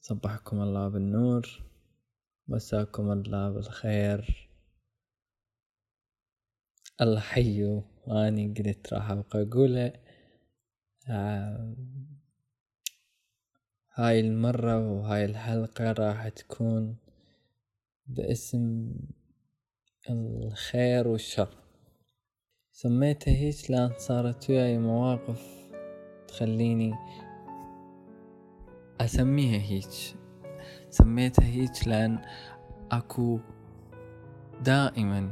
صبحكم الله بالنور، مساكم الله بالخير. الله حيو. واني قلت راح ابقى اقوله هاي المرة، وهاي الحلقة راح تكون باسم الخير والشر. سميتها هيك لان صارت وياي مواقف تخليني اسميها هيك. سميتها هيك لان اكو دائما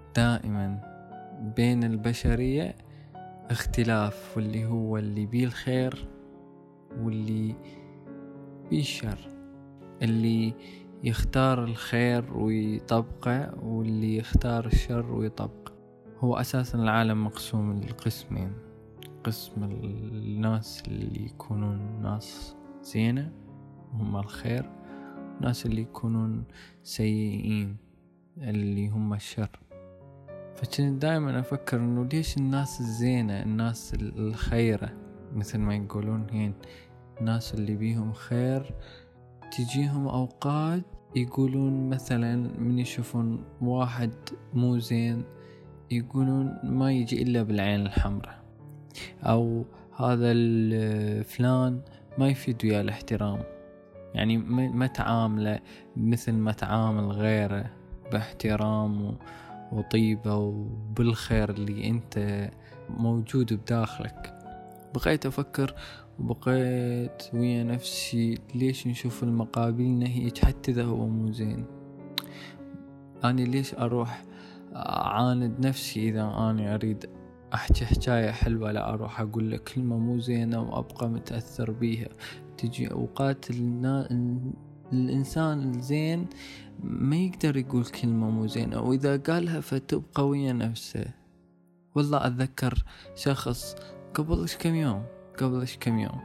بين البشرية اختلاف، واللي هو اللي بيه الخير واللي بيه الشر، اللي يختار الخير ويطبقه واللي يختار الشر ويطبقه. هو أساسا العالم مقسوم لقسمين: قسم الناس اللي يكونون ناس زينة هم الخير، وناس اللي يكونون سيئين اللي هم الشر. فكنت دائما أفكر إنه ليش الناس الزينة، الناس الخيرة مثل ما يقولون، هين الناس اللي بيهم خير تجيهم أوقات يقولون مثلا من يشوفون واحد مو زين يقولون ما يجي إلا بالعين الحمراء، أو هذا الفلان ما يفيد ويا الاحترام، يعني ما تعامله مثل ما تعامل غيره باحترام وطيبة وبالخير اللي انت موجود بداخلك. بقيت افكر وبقيت ويا نفسي ليش نشوف المقابلنا هيك حتى اذا هو مو زين. اني ليش اروح اعاند نفسي اذا اني اريد احكي حكاية حلوة، لا اروح اقول لك كلمة مو زينة وابقى متأثر بيها. تجي اوقات الانسان الزين ما يقدر يقول كلمة مو زينة، وإذا قالها فتبقى ويا نفسه. والله أتذكر شخص قبل كم يوم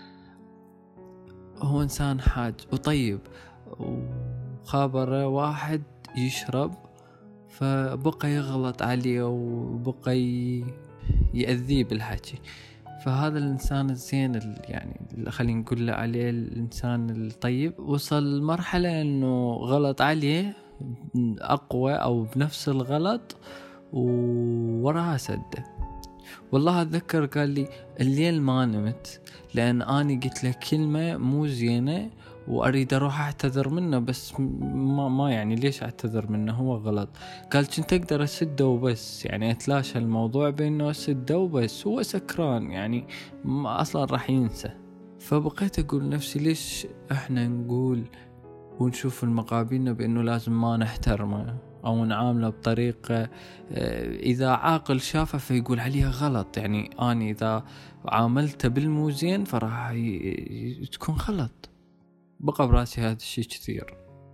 هو إنسان حاج وطيب، وخابره واحد يشرب فبقى يغلط عليه وبقى يأذيه بالحكي. فهذا الإنسان الزين يعني خلينا نقول له عليه الإنسان الطيب، وصل مرحلة إنه غلط عليه أقوى أو بنفس الغلط ووراها سده. والله أتذكر قال لي الليل ما نمت لأن أنا قلت له كلمة مو زينة وأريد أروح أعتذر منه، بس ما يعني ليش أعتذر منه، هو غلط. قال كنت أقدر أسده وبس، يعني أتلاشى الموضوع بأنه أسده وبس، هو سكران يعني أصلا راح ينسى. فبقيت أقول نفسي ليش إحنا نقول ونشوف المقابلنا بأنه لازم ما نحترمه أو نعامله بطريقة إذا عاقل شافه فيقول عليها غلط. يعني أنا إذا عاملته بالموزين فراح تكون غلط. بقى براسي هذا الشيء كثير.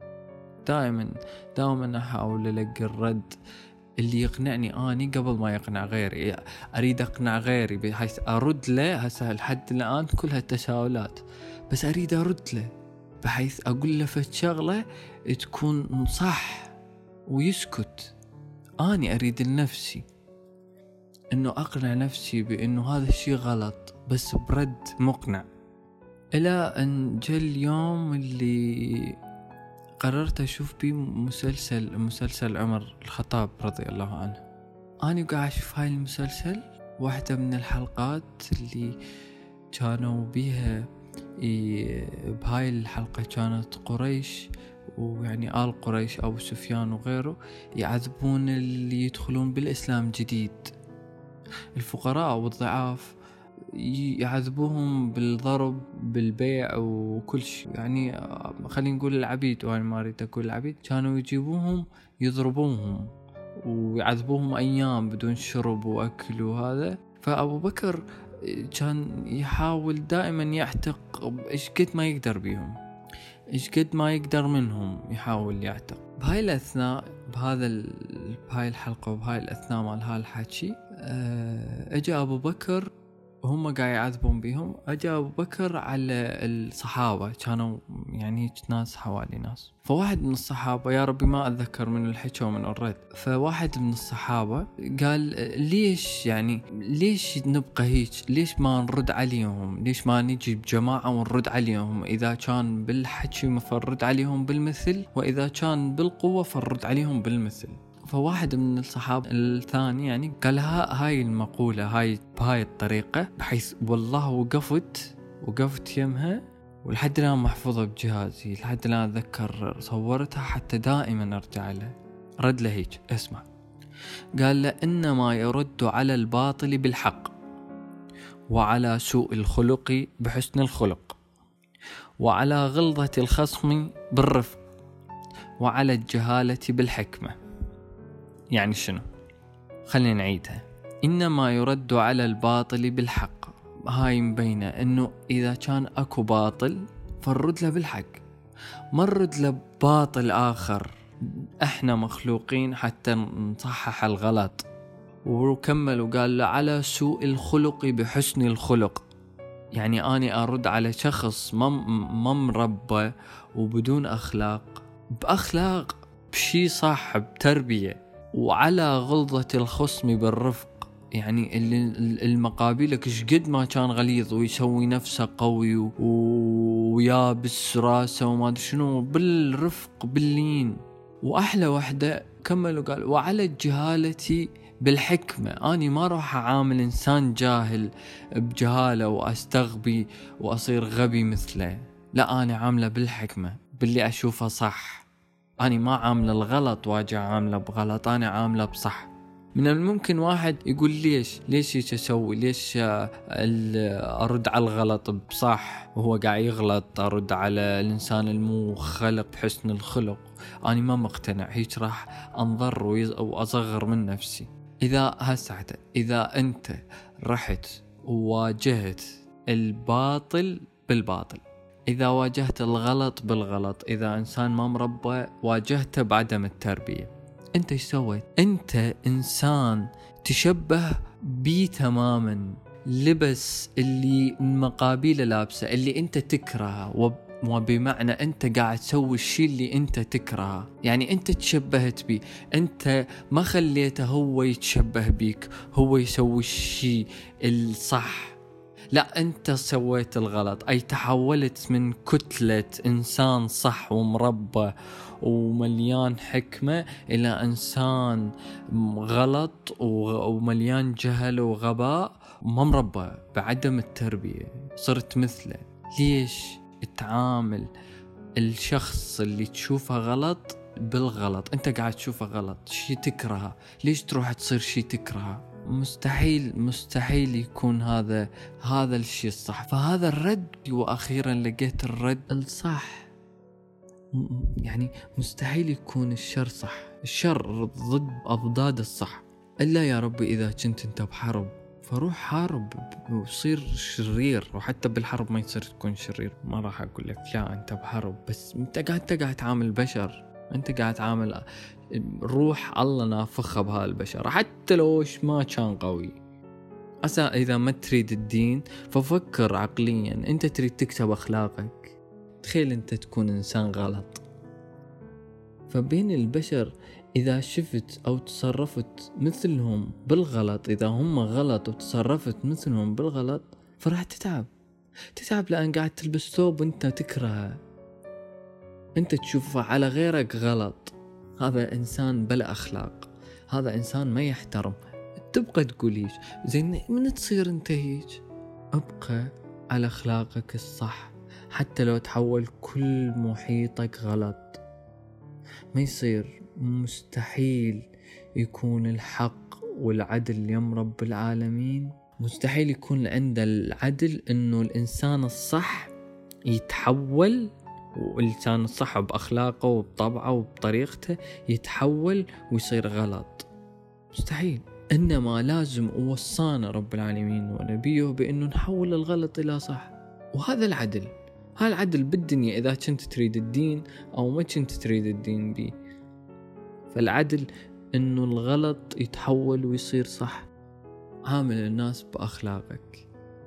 دائما أحاول ألقى الرد اللي يقنعني أني قبل ما يقنع غيري. أريد أقنع غيري بحيث أرد له. هسه لحد الآن كلها تساؤلات، بس أريد أرد له بحيث أقول له فت شغلة تكون صح ويسكت. أنا أريد لنفسي إنه أقنع نفسي بإنه هذا الشيء غلط، بس برد مقنع. إلى أن جاء اليوم اللي قررت أشوف بيه مسلسل عمر الخطاب رضي الله عنه. أنا قاعد أشوف هاي المسلسل، واحدة من الحلقات اللي كانوا بيها بهاي الحلقة كانت قريش، ويعني آل قريش أبو سفيان وغيره يعذبون اللي يدخلون بالإسلام جديد، الفقراء والضعاف، يعذبوهم بالضرب بالبيع وكل شيء. يعني خلينا نقول العبيد، وأنا ما أريد أقول العبيد، كانوا يجيبوهم يضربوهم ويعذبوهم أيام بدون شرب وأكل وهذا. فأبو بكر كان يحاول دائما يعتق إيش قد ما يقدر بيهم، إيش قد ما يقدر منهم يحاول يعتق. بهاي الأثناء بهاي الحلقة وبهاي الأثناء مال هالحكي أجا أبو بكر هم قاعد يعذبون بيهم. أجا أبو بكر على الصحابة، كانوا يعني ناس حوالي ناس. فواحد من الصحابة، يا ربي ما أتذكر من الحكي ومن الرد، فواحد من الصحابة قال ليش يعني ليش نبقى هيك؟ ليش ما نرد عليهم؟ ليش ما نجي بجماعة ونرد عليهم؟ إذا كان بالحكي فنرد عليهم بالمثل، وإذا كان بالقوة فنرد عليهم بالمثل. فواحد من الصحابة الثاني يعني قال هاي المقولة هاي بهاي الطريقة، بحيث والله وقفت يمها، ولحد الآن محفوظة بجهازي، لحد الآن أتذكر صورتها حتى دائما أرجع لها. رد له هيك، اسمع، قال له إنما يرد على الباطل بالحق، وعلى سوء الخلق بحسن الخلق، وعلى غلظة الخصم بالرفق، وعلى الجهالة بالحكمة. يعني شنو؟ خلينا نعيدها. إنما يرد على الباطل بالحق، هاي مبينة إنه إذا كان أكو باطل فنرد له بالحق، ما نرد له باطل آخر. إحنا مخلوقين حتى نصحح الغلط. وكمل وقال له على سوء الخلق بحسن الخلق، يعني أني أرد على شخص ما مربى وبدون أخلاق بأخلاق، بشي صح، بتربية. وعلى غلظة الخصم بالرفق، يعني المقابلك شقد ما كان غليظ ويسوي نفسه قوي ويابس راسه وما أدري شنو، بالرفق باللين. وأحلى وحدة كمل وقال وعلى الجهالة بالحكمة، أني ما روح أعامل إنسان جاهل بجهالة وأستغبي وأصير غبي مثله، لا، أنا عامله بالحكمة، باللي أشوفه صح. أنا ما عامله الغلط واجي عامله بغلط، أنا عامله بصح. من الممكن واحد يقول ليش هيك أسوي؟ ليش أرد على الغلط بصح وهو قاعد يغلط؟ أرد على الإنسان المو خلق بحسن الخلق. أنا ما مقتنع، هيك راح أنظر وأصغر من نفسي. إذا أنت رحت وواجهت الباطل بالباطل، إذا واجهت الغلط بالغلط، إذا إنسان ما مربى واجهته بعدم التربية، أنت إيش سويت؟ أنت إنسان تشبه بي تماما، لبس اللي مقابله لابسه اللي أنت تكرهه، وبمعنى أنت قاعد تسوي الشيء اللي أنت تكرهه، يعني أنت تشبهت بي، أنت ما خليته هو يتشبه بيك، هو يسوي الشيء الصح، لا، أنت سويت الغلط، أي تحولت من كتلة إنسان صح ومربى ومليان حكمة إلى إنسان غلط ومليان جهل وغباء وما مربى بعدم التربية، صرت مثله. ليش تعامل الشخص اللي تشوفه غلط بالغلط؟ أنت قاعد تشوفه غلط، شي تكرهه، ليش تروح تصير شي تكرهه؟ مستحيل يكون هذا الشيء الصح. فهذا الرد، وأخيرا لقيت الرد الصح. يعني مستحيل يكون الشر صح، الشر ضد أضداد الصح. إلا يا ربي إذا كنت أنت بحرب فروح حارب وصير شرير، وحتى بالحرب ما يصير تكون شرير، ما راح أقول لك لا أنت بحرب، بس أنت قاعد تعامل بشر، أنت قاعد تعامل روح الله نافخها بهالبشر، حتى لو ما كان قوي. إذا ما تريد الدين ففكر عقليا، أنت تريد تكتب أخلاقك، تخيل أنت تكون إنسان غلط. فبين البشر إذا شفت أو تصرفت مثلهم بالغلط، إذا هم غلط وتصرفت مثلهم بالغلط، فراح تتعب لأن قاعد تلبس ثوب أنت تكرهه، أنت تشوفه على غيرك غلط. هذا إنسان بلا أخلاق، هذا إنسان ما يحترم. تبقى تقول هيك، زين من تصير أنت هيك؟ أبقى على أخلاقك الصح، حتى لو تحول كل محيطك غلط. ما يصير، مستحيل يكون الحق والعدل يم رب العالمين، مستحيل يكون عنده العدل إنه الإنسان الصح يتحول، والإنسان الصح بأخلاقه وبطبعه وبطريقته يتحول ويصير غلط، مستحيل. إنما لازم وصانا رب العالمين ونبيه بأنه نحول الغلط إلى صح، وهذا العدل. هذا العدل بالدنيا إذا كنت تريد الدين أو ما كنت تريد الدين بي. فالعدل إنه الغلط يتحول ويصير صح. عامل الناس بأخلاقك،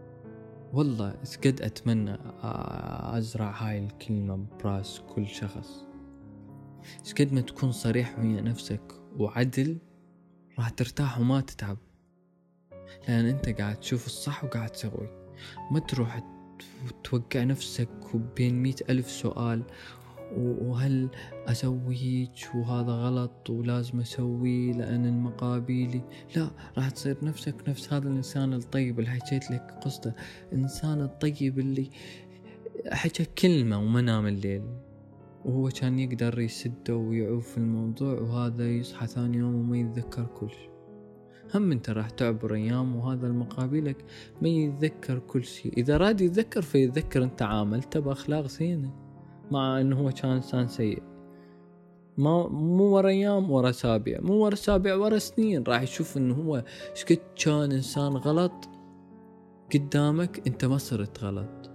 والله قد أتمنى أزرع هاي الكلمة براس كل شخص. قد ما تكون صريح ويا نفسك وعدل راح ترتاح وما تتعب، لأن أنت قاعد تشوف الصح وقاعد تسوي. ما تروح توقع نفسك بين 100,000 سؤال، وهل أسوي هيك وهذا غلط ولازم أسوي لأن المقابيلي. لا، راح تصير نفسك نفس هذا الإنسان الطيب اللي حكيت لك قصته، الإنسان الطيب اللي حكى كلمة وما نام الليل، وهو كان يقدر يسده ويعوف الموضوع، وهذا يصحى ثاني يوم وما يتذكر كل شيء. هم انت راح تعبر ايام وهذا المقابلك ما يتذكر كل شيء. اذا راد يتذكر فيتذكر انت عاملته باخلاق زينه، مع انه هو كان انسان سيء. مو ورا ايام، ورا اسابيع، مو ورا اسابيع، ورا سنين راح يشوف انه هو شكد كان انسان غلط قدامك، انت ما صرت غلط.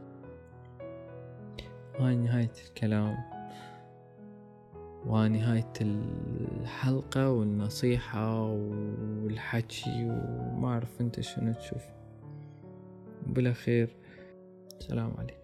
هاي نهاية الكلام ونهاية الحلقة والنصيحة والحكي، وما أعرف أنت شنو تشوف. بلا خير، السلام عليكم.